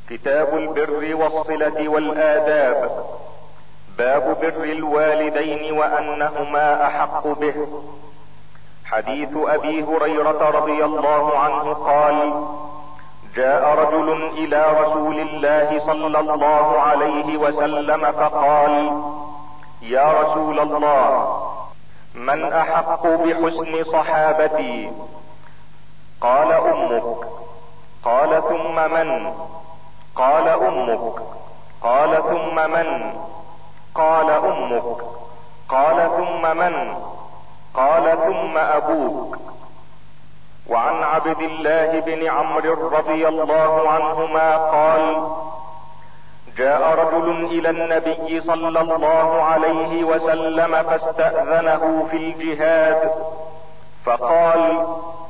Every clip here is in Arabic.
كتاب البر والصلة والآداب. باب بر الوالدين وأنهما أحق به. حديث أبي هريرة رضي الله عنه قال: جاء رجل إلى رسول الله صلى الله عليه وسلم فقال: يا رسول الله، من أحق بحسن صحابتي؟ قال: أمك. قال: ثم من؟ قال: أمك. قال: ثم من؟ قال: أمك. قال: ثم من؟ قال: ثم أبوك. وعن عبد الله بن عمرو رضي الله عنهما قال: جاء رجل إلى النبي صلى الله عليه وسلم فاستأذنه في الجهاد، فقال: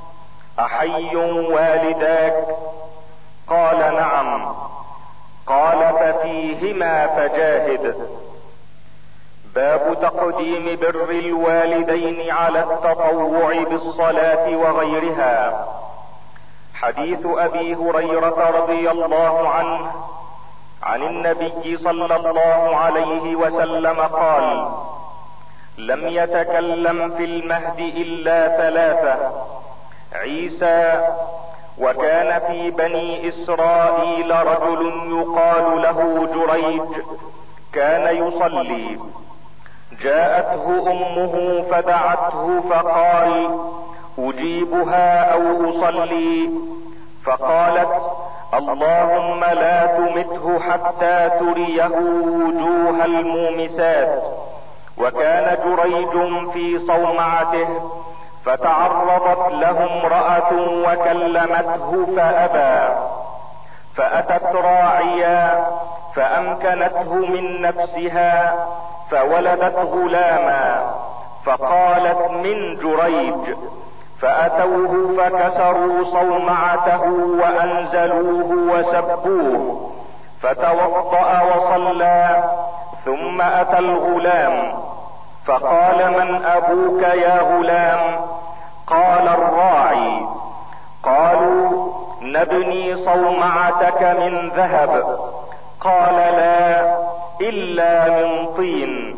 أحي والداك؟ قال: نعم. قال: ففيهما فجاهد. باب تقديم بر الوالدين على التطوع بالصلاة وغيرها. حديث أبي هريرة رضي الله عنه عن النبي صلى الله عليه وسلم قال: لم يتكلم في المهد إلا ثلاثة: عيسى، وكان في بني إسرائيل رجل يقال له جريج كان يصلي، جاءته أمه فدعته فقال: أجيبها أو أصلي؟ فقالت: اللهم لا تمته حتى تريه وجوه المومسات. وكان جريج في صومعته، فتعرضت له امرأة وكلمته فأبى، فأتت راعيا فأمكنته من نفسها فولدت غلاما، فقالت: من جريج. فأتوه فكسروا صومعته وأنزلوه وسبوه، فتوضأ وصلى، ثم أتى الغلام فقال: من أبوك يا غلام؟ قال: الراعي. قالوا: نبني صومعتك من ذهب. قال: لا، إلا من طين.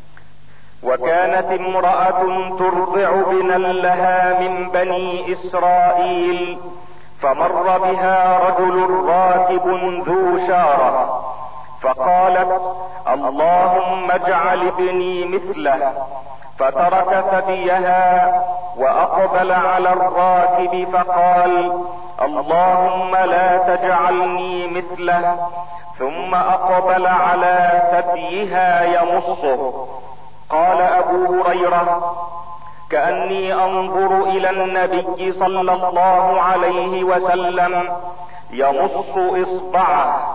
وكانت امرأة ترضع ابنا لها من بني إسرائيل، فمر بها رجل راكب ذو شارة، فقالت: اللهم اجعل ابني مثله. فترك ثديها وأقبل على الراكب فقال: اللهم لا تجعلني مثله. ثم أقبل على ثديها يمصه. قال أبو هريرة: كأني أنظر إلى النبي صلى الله عليه وسلم يمص إصبعه.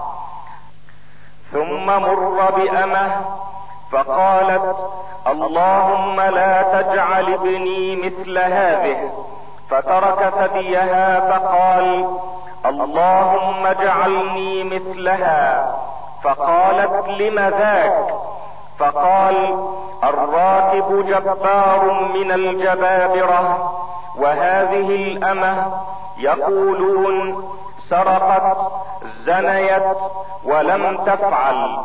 ثم مر بأمه فقالت: اللهم لا تجعل ابني مثل هذه. فترك ثديها فقال: اللهم اجعلني مثلها. فقالت: لم ذاك؟ فقال: الراكب جبار من الجبابرة، وهذه الأمة يقولون سرقت، زنيت، ولم تفعل.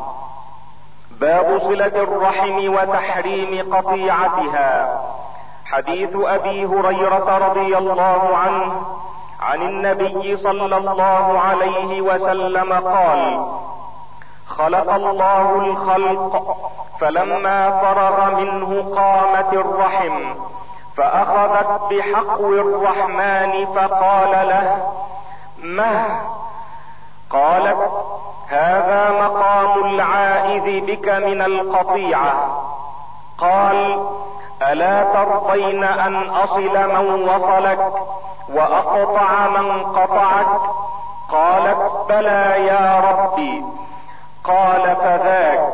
باب صلة الرحم وتحريم قطيعتها. حديث أبي هريرة رضي الله عنه عن النبي صلى الله عليه وسلم قال: خلق الله الخلق، فلما فرغ منه قامت الرحم، فأخذت بحقو الرحمن فقال له: مه؟ قالت: هذا مقام العائذ بك من القطيعة. قال: ألا ترضين أن أصل من وصلك وأقطع من قطعك؟ قالت: بلى يا ربي. قال: فذاك.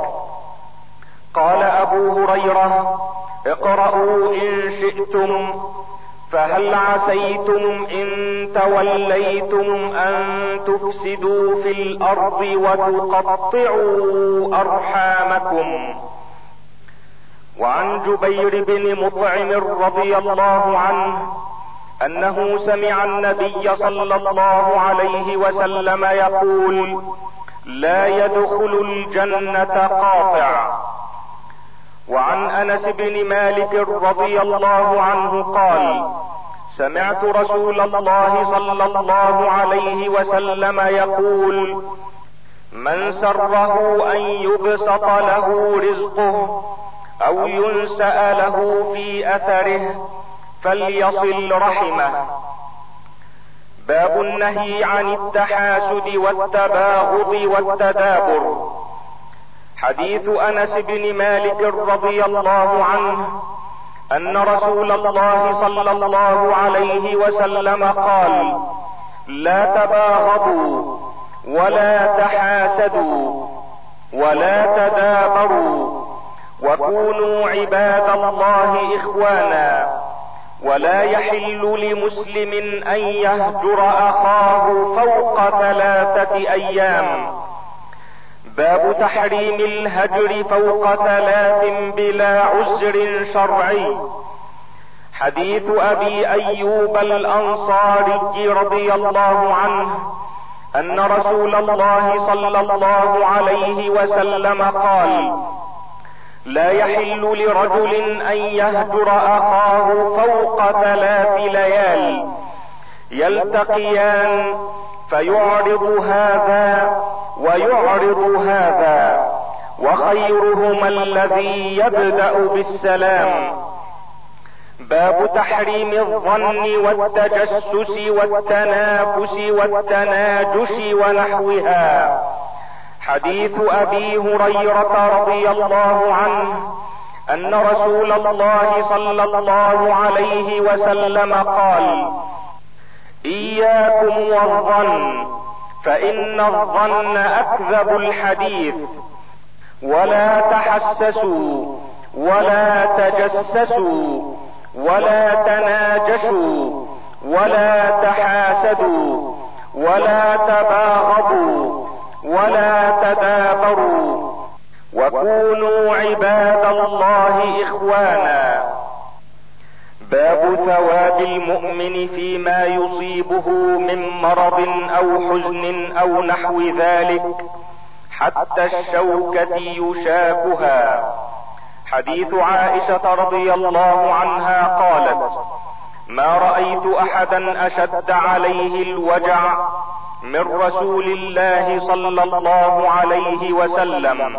قال أبو هريرة: اقرأوا إن شئتم. فهل عسيتم إن توليتم أن تفسدوا في الأرض وتقطعوا أرحامكم. وعن جبير بن مطعم رضي الله عنه انه سمع النبي صلى الله عليه وسلم يقول: لا يدخل الجنة قاطع. وعن انس بن مالك رضي الله عنه قال: سمعت رسول الله صلى الله عليه وسلم يقول: من سره ان يبسط له رزقه او ينسأ له في اثره فليصل رحمه. باب النهي عن التحاسد والتباغض والتدابر. حديث انس بن مالك رضي الله عنه ان رسول الله صلى الله عليه وسلم قال: لا تباغضوا ولا تحاسدوا ولا تدابروا وكونوا عباد الله اخوانا، ولا يحل لمسلم ان يهجر اخاه فوق 3 ايام. باب تحريم الهجر فوق 3 بلا عذر شرعي. حديث ابي ايوب الانصاري رضي الله عنه ان رسول الله صلى الله عليه وسلم قال: لا يحل لرجل ان يهجر اخاه فوق 3 ليال يلتقيان فيعرض هذا ويعرض هذا، وخيرهما الذي يبدأ بالسلام. باب تحريم الظن والتجسس والتنافس والتناجش ونحوها. حديث ابي هريرة رضي الله عنه ان رسول الله صلى الله عليه وسلم قال: اياكم والظن فان الظن اكذب الحديث، ولا تحسسوا ولا تجسسوا ولا تناجشوا ولا تحاسدوا ولا تباغضوا ولا تدابروا وكونوا عباد الله اخوانا. باب ثواب المؤمن فيما يصيبه من مرض او حزن او نحو ذلك حتى الشوكة يشاكها. حديث عائشة رضي الله عنها قالت: ما رأيت احدا اشد عليه الوجع من رسول الله صلى الله عليه وسلم.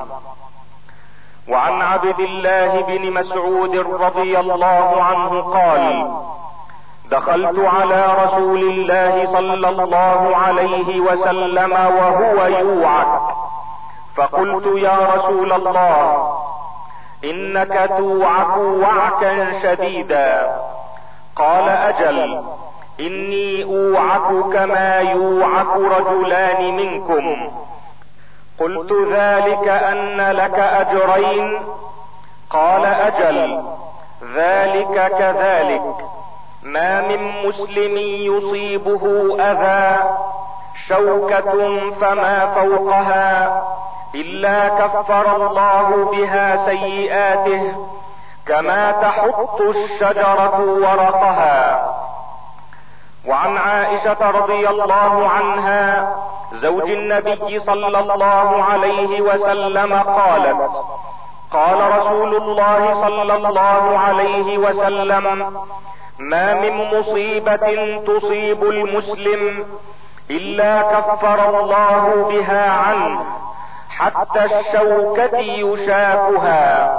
وعن عبد الله بن مسعود رضي الله عنه قال: دخلت على رسول الله صلى الله عليه وسلم وهو يوعك، فقلت: يا رسول الله، انك توعك وعكا شديدا. قال: اجل، اني اوعك كما يوعك رجلان منكم. قلت: ذلك ان لك اجرين؟ قال: اجل، ذلك كذلك. ما من مسلم يصيبه اذى شوكة فما فوقها الا كفر الله بها سيئاته كما تحط الشجرة ورقها. وعن عائشة رضي الله عنها زوج النبي صلى الله عليه وسلم قالت: قال رسول الله صلى الله عليه وسلم: ما من مصيبة تصيب المسلم الا كفر الله بها عنه حتى الشوكة يشاكها.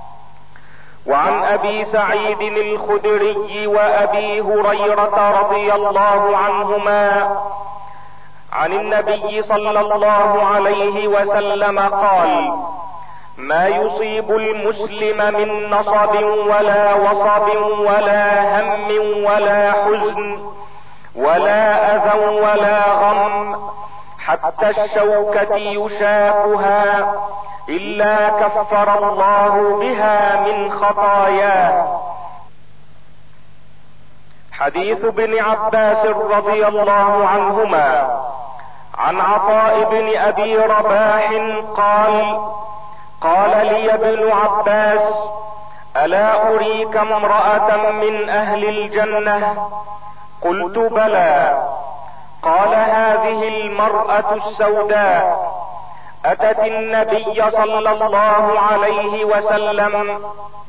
وعن ابي سعيد الخدري وابي هريرة رضي الله عنهما عن النبي صلى الله عليه وسلم قال: ما يصيب المسلم من نصب ولا وصب ولا هم ولا حزن ولا اذى ولا غم حتى الشوكة يشاكها الا كفر الله بها من خطاياه. حديث ابن عباس رضي الله عنهما عن عطاء بن ابي رباح قال: قال لي ابن عباس: الا اريك امرأة من اهل الجنة؟ قلت بلى. قال هذه المرأة السوداء اتت النبي صلى الله عليه وسلم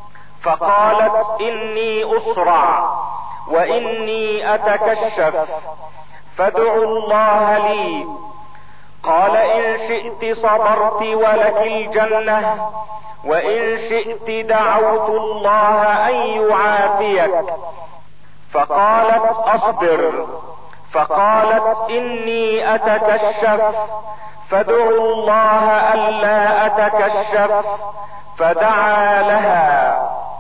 فقالت اني اسرع واني اتكشف فادعوا الله لي. قال ان شئت صبرت ولك الجنة وان شئت دعوت الله ان يعافيك. فقالت اصبر. فقالت اني اتكشف فادعوا الله الا اتكشف فدعا لها.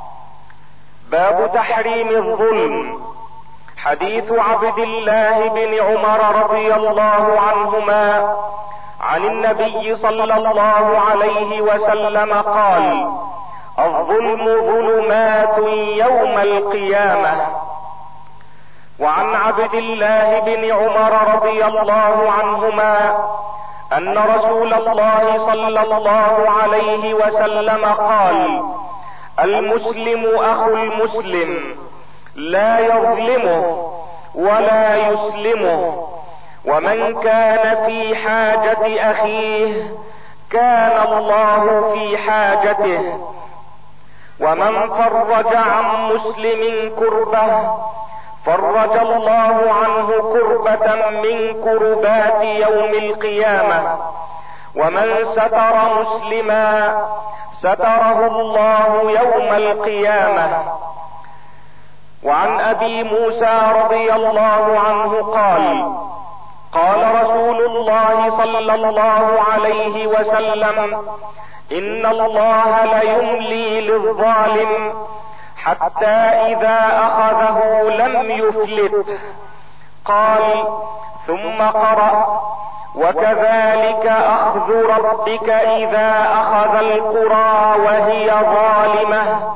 باب تحريم الظلم. حديث عبد الله بن عمر رضي الله عنهما عن النبي صلى الله عليه وسلم قال: الظلم ظلمات يوم القيامة. وعن عبد الله بن عمر رضي الله عنهما ان رسول الله صلى الله عليه وسلم قال: المسلم اخو المسلم لا يظلمه ولا يسلمه، ومن كان في حاجة اخيه كان الله في حاجته، ومن فرج عن مسلم كربة فرج الله عنه كربة من كربات يوم القيامة، ومن ستر مسلما ستره الله يوم القيامة. وعن ابي موسى رضي الله عنه قال: قال رسول الله صلى الله عليه وسلم: ان الله ليملي للظالم حتى اذا اخذه لم يفلت. قال ثم قرأ: وكذلك اخذ ربك اذا اخذ القرى وهي ظالمة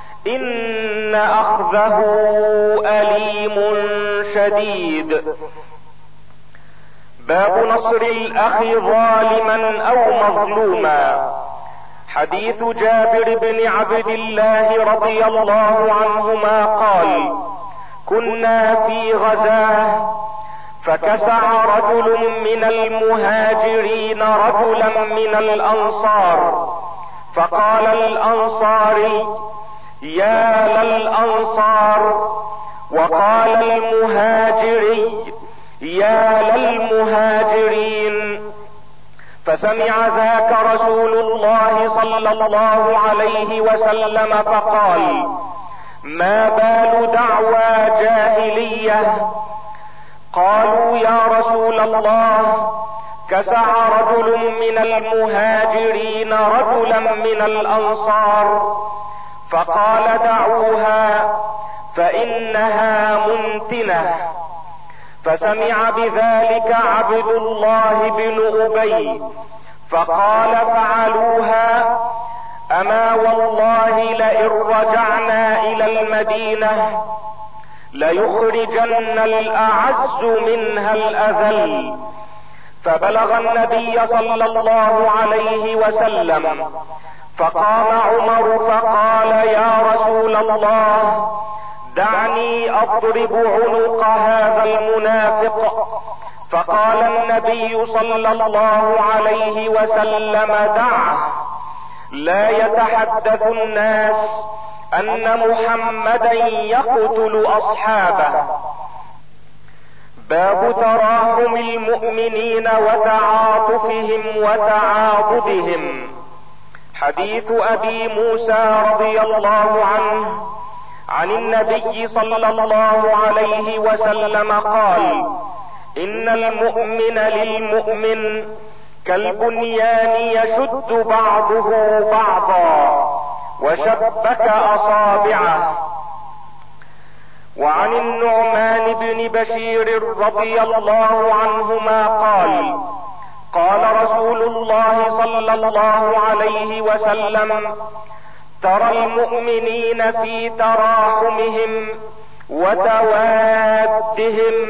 ان اخذه اليم شديد. باب نصر الاخ ظالما او مظلوما. حديث جابر بن عبد الله رضي الله عنهما قال: كنا في غزاه فكسع رجل من المهاجرين رجلا من الانصار، فقال الانصاري: يا للانصار، وقال المهاجري: يا للمهاجرين. فسمع ذاك رسول الله صلى الله عليه وسلم فقال: ما بال دعوى جاهلية؟ قالوا: يا رسول الله، كسع رجل من المهاجرين رجلا من الانصار. فقال: دعوها فانها منتنة. فسمع بذلك عبد الله بن ابي فقال: فعلوها. اما والله لئن رجعنا الى المدينة ليخرجن الاعز منها الاذل. فبلغ النبي صلى الله عليه وسلم، فقام عمر فقال: يا رسول الله، دعني اضرب عنق هذا المنافق. فقال النبي صلى الله عليه وسلم: دعه، لا يتحدث الناس ان محمدا يقتل اصحابه. باب تراحم المؤمنين وتعاطفهم وتعاضدهم. حديث ابي موسى رضي الله عنه عن النبي صلى الله عليه وسلم قال: ان المؤمن للمؤمن كالبنيان يشد بعضه بعضا وشبك اصابعه. وعن النعمان بن بشير رضي الله عنهما قال: قال رسول الله صلى الله عليه وسلم: ترى المؤمنين في تراحمهم وتوادهم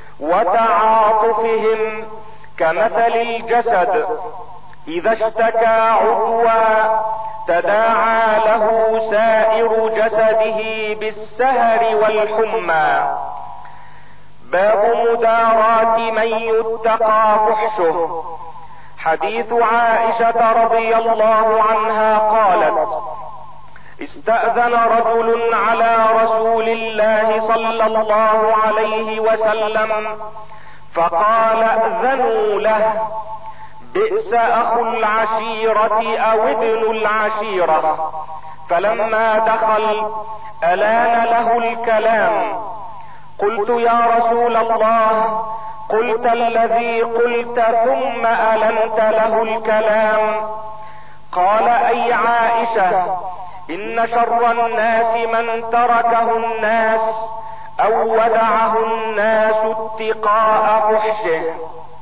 وتعاطفهم كمثل الجسد اذا اشتكى عضوا تداعى له سائر جسده بالسهر والحمى. باب مداراة من يتقى فحشه. حديث عائشة رضي الله عنها قالت: استأذن رجل على رسول الله صلى الله عليه وسلم فقال: ائذنوا له، بئس اخو العشيرة او ابن العشيرة. فلما دخل الان له الكلام. قلت: يا رسول الله، قلت الذي قلت ثم ألنت له الكلام. قال: اي عائشة، ان شر الناس من تركه الناس او ودعه الناس اتقاء فحشه.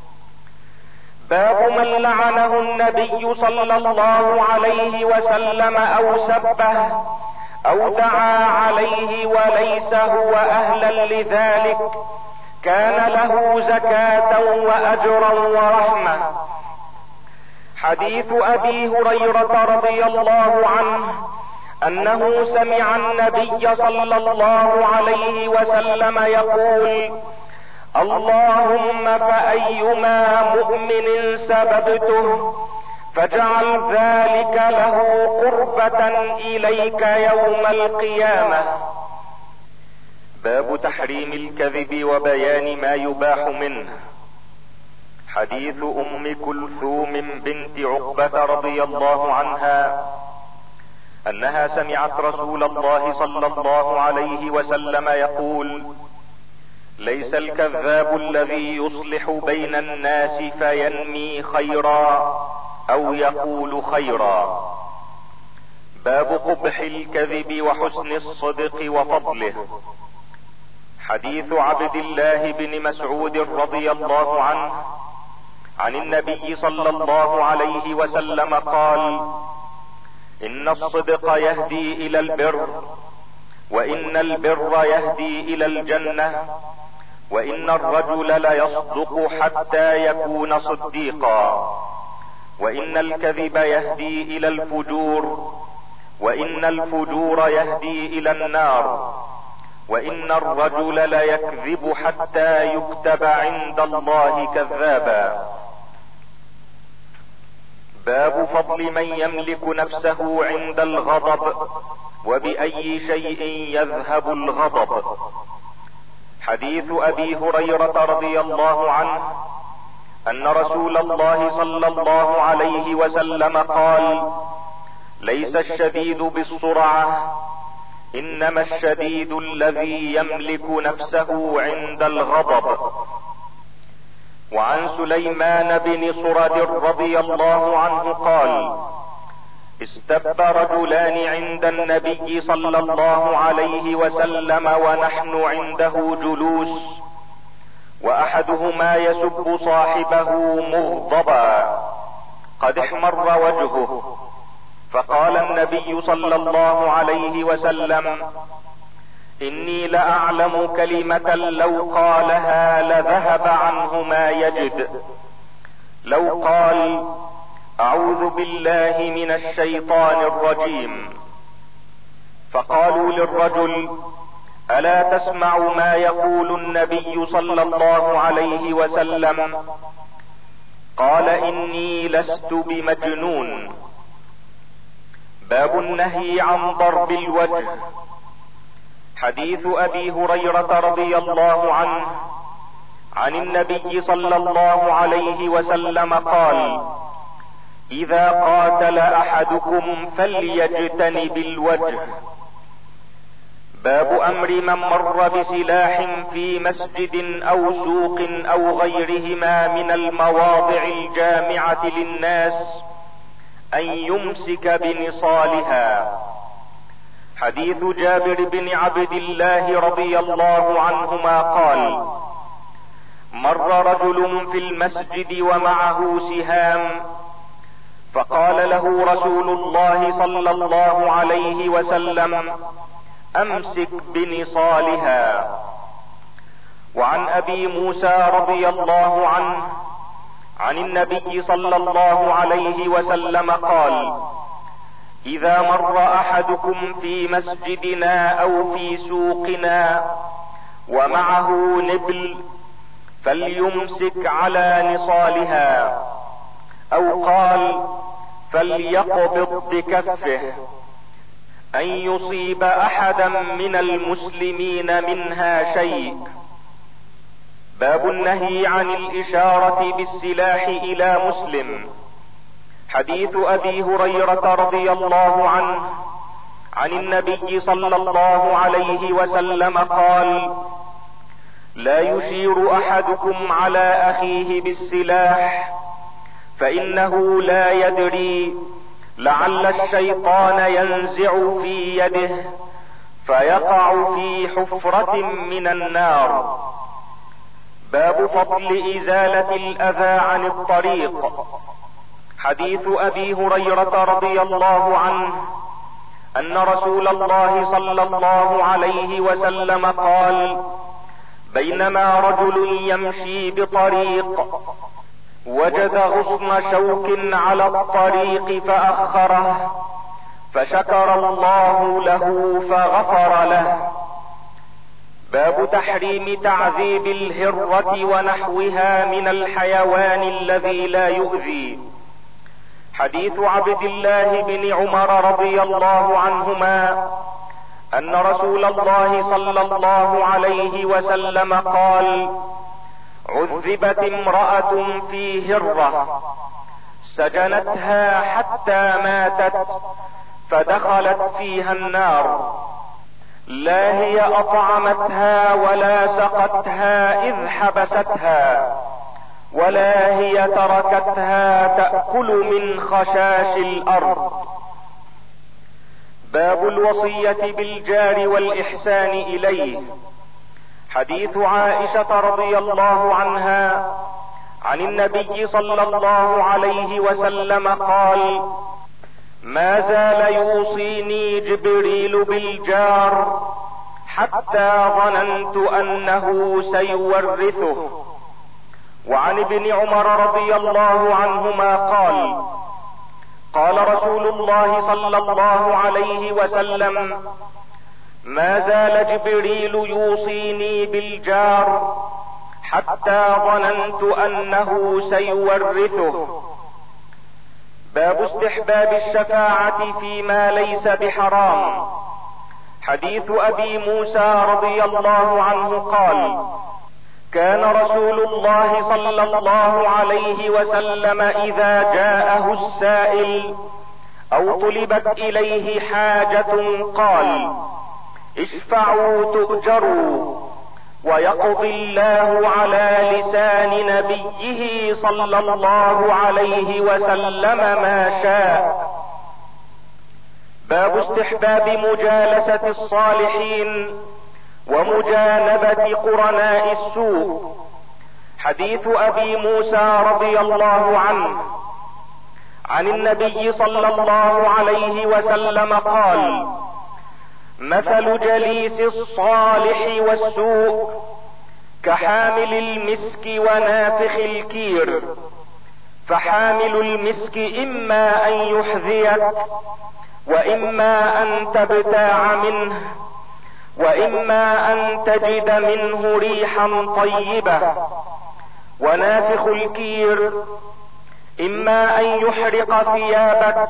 باب من لعنه النبي صلى الله عليه وسلم او سبه او دعا عليه وليس هو اهلا لذلك، كان له زكاة واجرا ورحمة. حديث ابي هريرة رضي الله عنه انه سمع النبي صلى الله عليه وسلم يقول: اللهم فأيما مؤمن سببته فاجعل ذلك له قربة اليك يوم القيامة. باب تحريم الكذب وبيان ما يباح منه. حديث ام كلثوم بنت عقبة رضي الله عنها انها سمعت رسول الله صلى الله عليه وسلم يقول: ليس الكذاب الذي يصلح بين الناس فينمي خيرا او يقول خيرا. باب قبح الكذب وحسن الصدق وفضله. حديث عبد الله بن مسعود رضي الله عنه عن النبي صلى الله عليه وسلم قال: ان الصدق يهدي الى البر، وان البر يهدي الى الجنة، وان الرجل ليصدق حتى يكون صديقا، وان الكذب يهدي الى الفجور، وان الفجور يهدي الى النار، وان الرجل ليكذب حتى يكتب عند الله كذابا. باب فضل من يملك نفسه عند الغضب وبأي شيء يذهب الغضب. حديث ابي هريرة رضي الله عنه ان رسول الله صلى الله عليه وسلم قال: ليس الشديد بالسرعة، انما الشديد الذي يملك نفسه عند الغضب. وعن سليمان بن سرد رضي الله عنه قال: استب رجلان عند النبي صلى الله عليه وسلم ونحن عنده جلوس، واحدهما يسب صاحبه مغضبا قد احمر وجهه، فقال النبي صلى الله عليه وسلم: اني لاعلم كلمة لو قالها لذهب عنه ما يجد، لو قال: اعوذ بالله من الشيطان الرجيم. فقالوا للرجل: الا تسمع ما يقول النبي صلى الله عليه وسلم؟ قال: اني لست بمجنون. باب النهي عن ضرب الوجه. حديث ابي هريرة رضي الله عنه عن النبي صلى الله عليه وسلم قال: اذا قاتل احدكم فليجتنب الوجه. باب امر من مر بسلاح في مسجد او سوق او غيرهما من المواضع الجامعة للناس ان يمسك بنصالها. حديث جابر بن عبد الله رضي الله عنهما قال: مر رجل في المسجد ومعه سهام، فقال له رسول الله صلى الله عليه وسلم: امسك بنصالها. وعن ابي موسى رضي الله عنه عن النبي صلى الله عليه وسلم قال: اذا مر احدكم في مسجدنا او في سوقنا ومعه نبل فليمسك على نصالها، او قال فليقبض بكفه، ان يصيب احدا من المسلمين منها شيء. باب النهي عن الاشارة بالسلاح الى مسلم. حديث ابي هريرة رضي الله عنه عن النبي صلى الله عليه وسلم قال: لا يشير احدكم على اخيه بالسلاح، فانه لا يدري لعل الشيطان ينزع في يده فيقع في حفرة من النار. باب فضل ازالة الاذى عن الطريق. حديث ابي هريرة رضي الله عنه ان رسول الله صلى الله عليه وسلم قال: بينما رجل يمشي بطريق وجد غصن شوك على الطريق فاخره، فشكر الله له فغفر له. باب تحريم تعذيب الهرة ونحوها من الحيوان الذي لا يؤذي. حديث عبد الله بن عمر رضي الله عنهما ان رسول الله صلى الله عليه وسلم قال: عذبت امرأة في هرة سجنتها حتى ماتت فدخلت فيها النار، لا هي اطعمتها ولا سقتها اذ حبستها، ولا هي تركتها تأكل من خشاش الارض. باب الوصية بالجار والإحسان إليه. حديث عائشة رضي الله عنها عن النبي صلى الله عليه وسلم قال: ما زال يوصيني جبريل بالجار حتى ظننت أنه سيورثه. وعن ابن عمر رضي الله عنهما قال: قال رسول الله صلى الله عليه وسلم: ما زال جبريل يوصيني بالجار حتى ظننت انه سيورثه. باب استحباب الشفاعة فيما ليس بحرام. حديث ابي موسى رضي الله عنه قال: كان رسول الله صلى الله عليه وسلم اذا جاءه السائل او طلبت اليه حاجة قال: اشفعوا تؤجروا، ويقضي الله على لسان نبيه صلى الله عليه وسلم ما شاء. باب استحباب مجالسة الصالحين ومجانبة قرناء السوء. حديث ابي موسى رضي الله عنه عن النبي صلى الله عليه وسلم قال: مثل جليس الصالح والسوء كحامل المسك ونافخ الكير، فحامل المسك اما ان يحذيك واما ان تبتاع منه واما ان تجد منه ريحا طيبة، ونافخ الكير اما ان يحرق ثيابك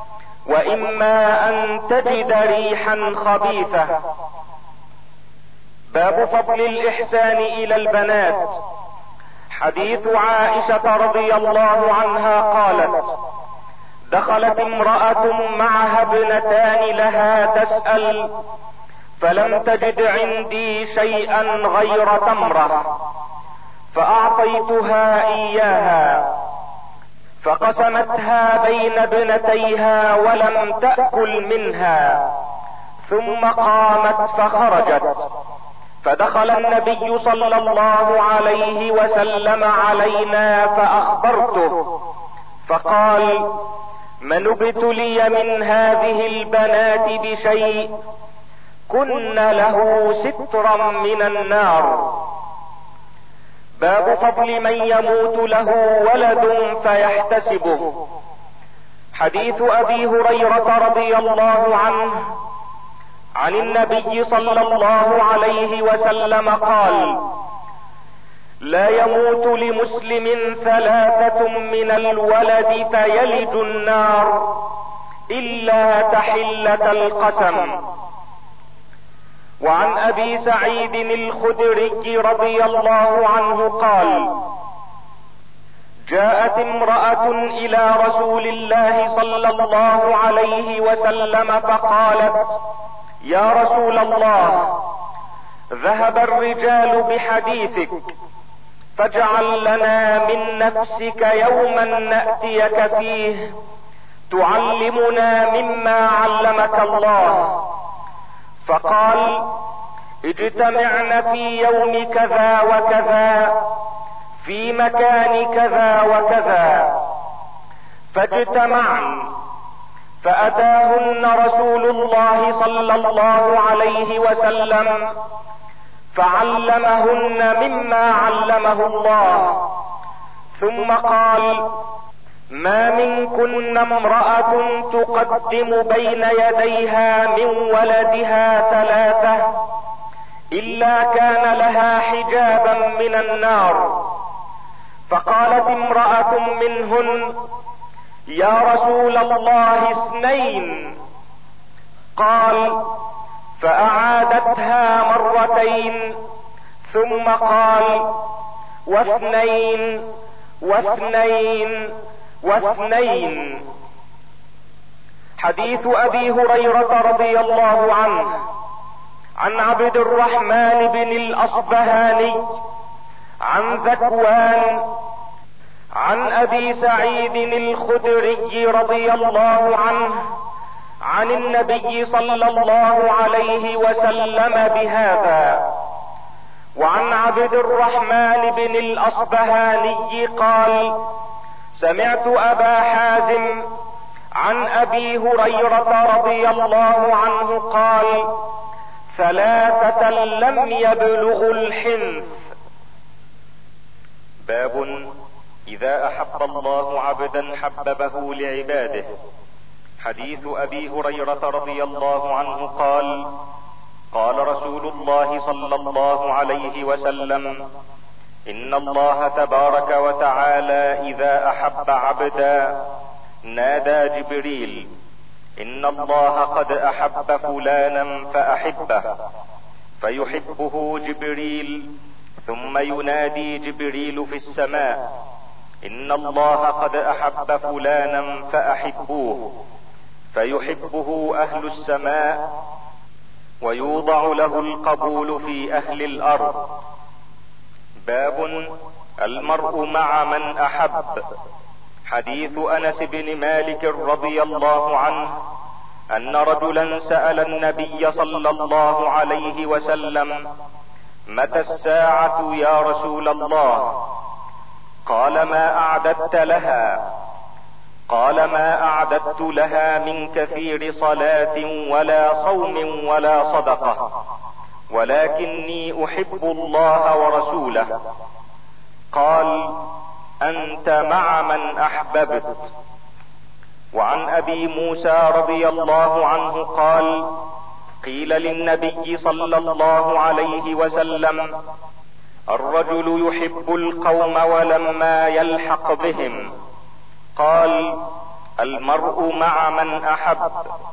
واما ان تجد ريحا خبيثة. باب فضل الاحسان الى البنات. حديث عائشة رضي الله عنها قالت: دخلت امرأة معها ابنتان لها تسأل، فلم تجد عندي شيئا غير تمرة، فاعطيتها اياها، فقسمتها بين ابنتيها ولم تأكل منها، ثم قامت فخرجت، فدخل النبي صلى الله عليه وسلم علينا فاخبرته، فقال: من ابتلي من هذه البنات بشيء كن له سترا من النار. باب فضل من يموت له ولد فيحتسبه. حديث ابي هريرة رضي الله عنه عن النبي صلى الله عليه وسلم قال: لا يموت لمسلم 3 من الولد فيلج النار الا تحلة القسم. وعن ابي سعيد الخدري رضي الله عنه قال: جاءت امرأة الى رسول الله صلى الله عليه وسلم فقالت: يا رسول الله، ذهب الرجال بحديثك، فاجعل لنا من نفسك يوما نأتيك فيه تعلمنا مما علمك الله. فقال: اجتمعن في يوم كذا وكذا في مكان كذا وكذا. فاجتمعن، فأتاهن رسول الله صلى الله عليه وسلم فعلمهن مما علمه الله، ثم قال: ما منكن امرأة تقدم بين يديها من ولدها 3 إلا كان لها حجابا من النار. فقالت امرأة منهن: يا رسول الله 2. قال: فأعادتها 2 ثم قال: 2 و2 و2. حديث ابي هريرة رضي الله عنه عن عبد الرحمن بن الأصبهاني عن ذكوان عن ابي سعيد الخدري رضي الله عنه عن النبي صلى الله عليه وسلم بهذا. وعن عبد الرحمن بن الأصبهاني قال: سمعت ابا حازم عن ابي هريرة رضي الله عنه قال: 3 لم يبلغوا الحنث. باب اذا احب الله عبدا حببه لعباده. حديث ابي هريرة رضي الله عنه قال: قال رسول الله صلى الله عليه وسلم: ان الله تبارك وتعالى اذا احب عبدا نادى جبريل: ان الله قد احب فلانا فاحبه، فيحبه جبريل، ثم ينادي جبريل في السماء: ان الله قد احب فلانا فاحبوه، فيحبه اهل السماء، ويوضع له القبول في اهل الارض. باب المرء مع من احب. حديث انس بن مالك رضي الله عنه ان رجلا سأل النبي صلى الله عليه وسلم: متى الساعة يا رسول الله؟ قال: ما اعددت لها؟ قال: ما اعددت لها من كثير صلاة ولا صوم ولا صدقة، ولكني احب الله ورسوله. قال: انت مع من احببت. وعن ابي موسى رضي الله عنه قال: قيل للنبي صلى الله عليه وسلم: الرجل يحب القوم ولما يلحق بهم. قال: المرء مع من احب.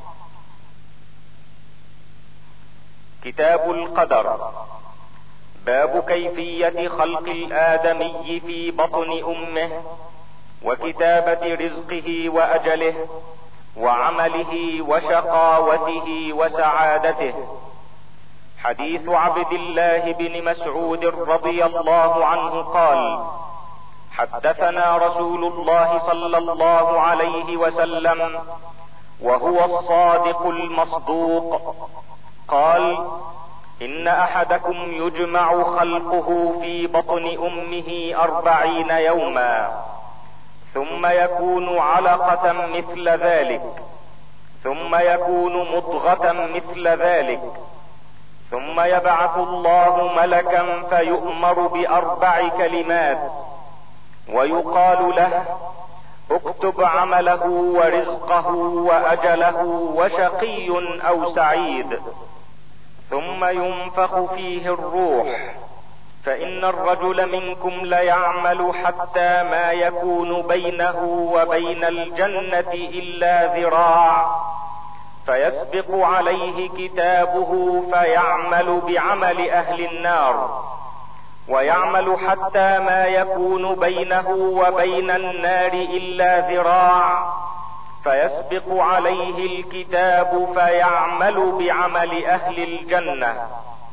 كتاب القدر. باب كيفية خلق الآدمي في بطن امه، وكتابة رزقه واجله، وعمله وشقاوته وسعادته. حديث عبد الله بن مسعود رضي الله عنه قال: حدثنا رسول الله صلى الله عليه وسلم وهو الصادق المصدوق قال: ان احدكم يجمع خلقه في بطن امه 40 يوما، ثم يكون علقة مثل ذلك، ثم يكون مضغة مثل ذلك، ثم يبعث الله ملكا فيؤمر ب4 كلمات، ويقال له: اكتب عمله ورزقه وأجله وشقي أو سعيد، ثم ينفخ فيه الروح، فإن الرجل منكم ليعمل حتى ما يكون بينه وبين الجنة إلا ذراع، فيسبق عليه كتابه فيعمل بعمل أهل النار، ويعمل حتى ما يكون بينه وبين النار إلا ذراع، فيسبق عليه الكتاب فيعمل بعمل أهل الجنة.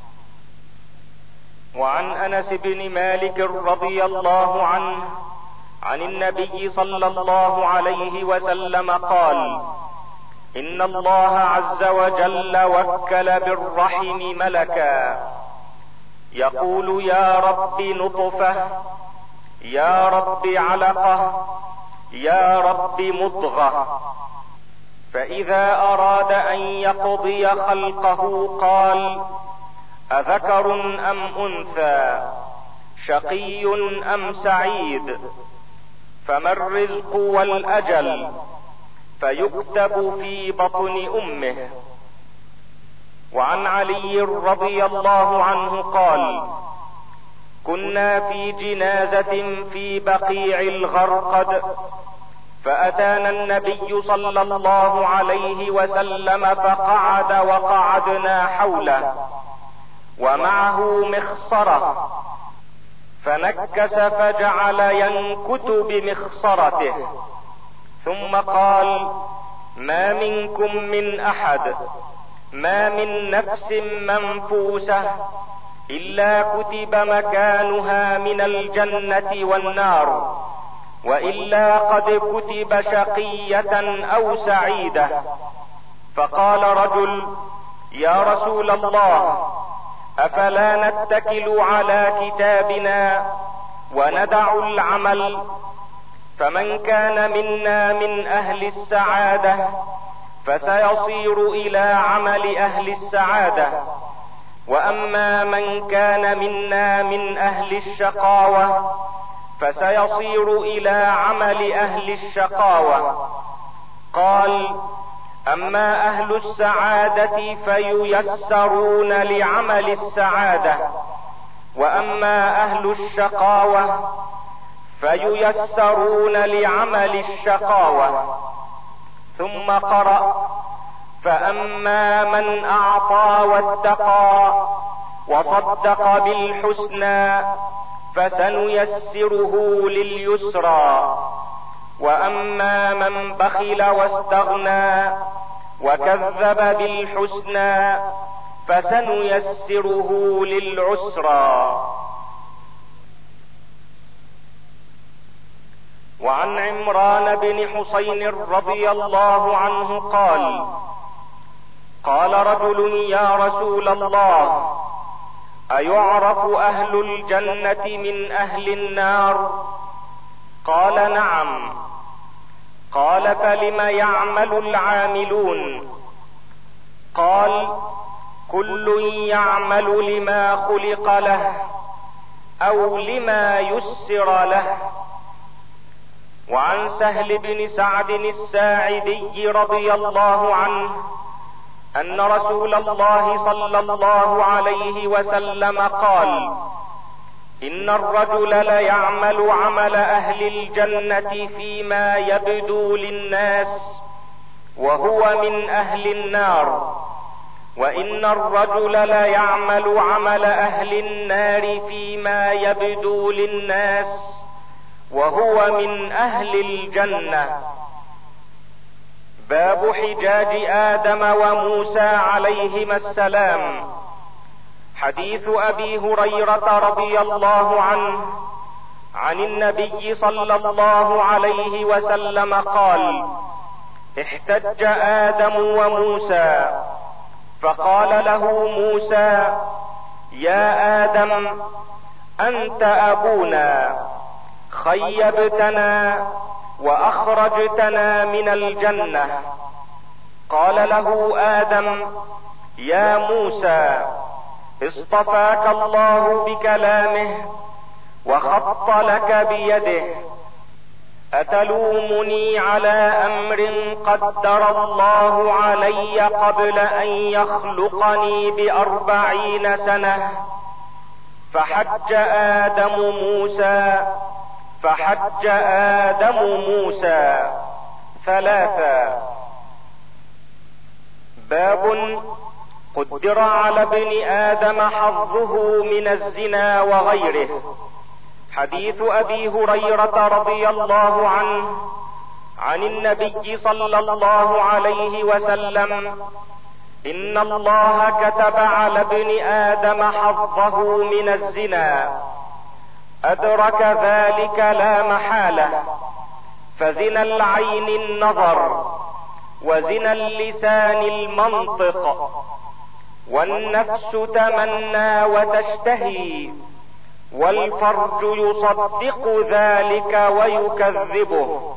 وعن أنس بن مالك رضي الله عنه عن النبي صلى الله عليه وسلم قال: إن الله عز وجل وكل بالرحم ملكا يقول: يا رب نطفة، يا رب علقة، يا رب مضغة. فإذا أراد أن يقضي خلقه قال: أذكر أم أنثى، شقي أم سعيد، فما الرزق والأجل، فيكتب في بطن أمه. وعن علي رضي الله عنه قال: كنا في جنازة في بقيع الغرقد، فأتانا النبي صلى الله عليه وسلم فقعد وقعدنا حوله، ومعه مخصرة، فنكس فجعل ينكت بمخصرته، ثم قال: ما منكم من أحد، ما من نفس منفوسة إلا كتب مكانها من الجنة والنار، وإلا قد كتب شقية أو سعيدة. فقال رجل: يا رسول الله، أفلا نتكل على كتابنا وندع العمل؟ فمن كان منا من أهل السعادة فسيصير إلى عمل أهل السعادة، وأما من كان منا من أهل الشقاوة فسيصير إلى عمل أهل الشقاوة. قال: أما أهل السعادة فييسرون لعمل السعادة، وأما أهل الشقاوة فييسرون لعمل الشقاوة. ثم قرأ: فأما من أعطى واتقى وصدق بالحسنى فسنيسره لليسرى، وأما من بخل واستغنى وكذب بالحسنى فسنيسره للعسرى. وعن عمران بن حسين رضي الله عنه قال: قال رجل: يا رسول الله، أيعرف أهل الجنة من أهل النار؟ قال: نعم. قال: فلم يعمل العاملون؟ قال: كل يعمل لما خلق له أو لما يسر له. وعن سهل بن سعد الساعدي رضي الله عنه أن رسول الله صلى الله عليه وسلم قال: إن الرجل ليعمل عمل أهل الجنة فيما يبدو للناس وهو من أهل النار، وإن الرجل ليعمل عمل أهل النار فيما يبدو للناس وهو من أهل الجنة. باب حجاج آدم وموسى عليهما السلام. حديث أبي هريرة رضي الله عنه عن النبي صلى الله عليه وسلم قال: احتج آدم وموسى، فقال له موسى: يا آدم، أنت أبونا، خيبتنا وأخرجتنا من الجنة. قال له آدم: يا موسى، اصطفاك الله بكلامه وخط لك بيده، أتلومني على أمر قدر الله علي قبل أن يخلقني ب40 سنة؟ فحج آدم موسى 3. باب قدر على ابن آدم حظه من الزنا وغيره. حديث أبي هريرة رضي الله عنه عن النبي صلى الله عليه وسلم: إن الله كتب على ابن آدم حظه من الزنا، أدرك ذلك لا محالة، فزنا العين النظر، وزنا اللسان المنطق، والنفس تمنى وتشتهي، والفرج يصدق ذلك ويكذبه.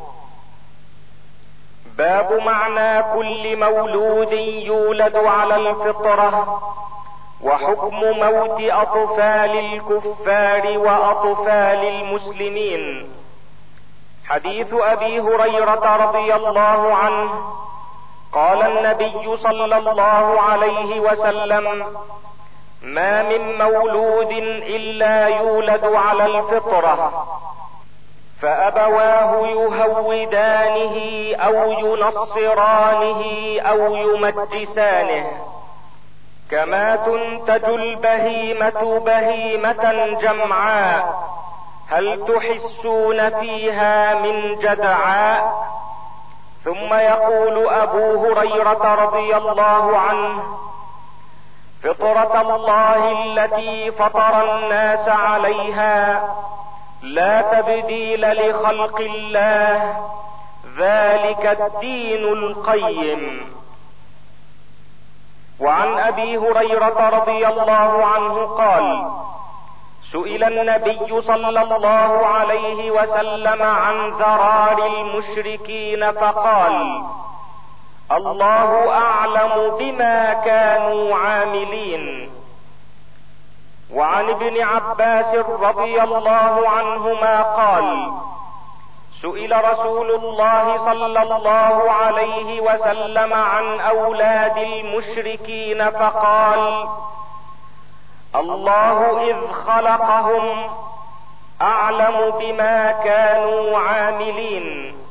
باب معنى كل مولود يولد على الفطرة، وحكم موت أطفال الكفار وأطفال المسلمين. حديث أبي هريرة رضي الله عنه قال النبي صلى الله عليه وسلم: ما من مولود إلا يولد على الفطرة، فأبواه يهودانه أو ينصرانه أو يمجسانه، كما تنتج البهيمة بهيمة جمعاء، هل تحسون فيها من جدعاء؟ ثم يقول أبو هريرة رضي الله عنه: فطرة الله التي فطر الناس عليها، لا تبديل لخلق الله، ذلك الدين القيم. وعن أبي هريرة رضي الله عنه قال: سئل النبي صلى الله عليه وسلم عن ذرار المشركين فقال: الله أعلم بما كانوا عاملين. وعن ابن عباس رضي الله عنهما قال: سئل رسول الله صلى الله عليه وسلم عن أولاد المشركين فقال: الله إذ خلقهم أعلم بما كانوا عاملين.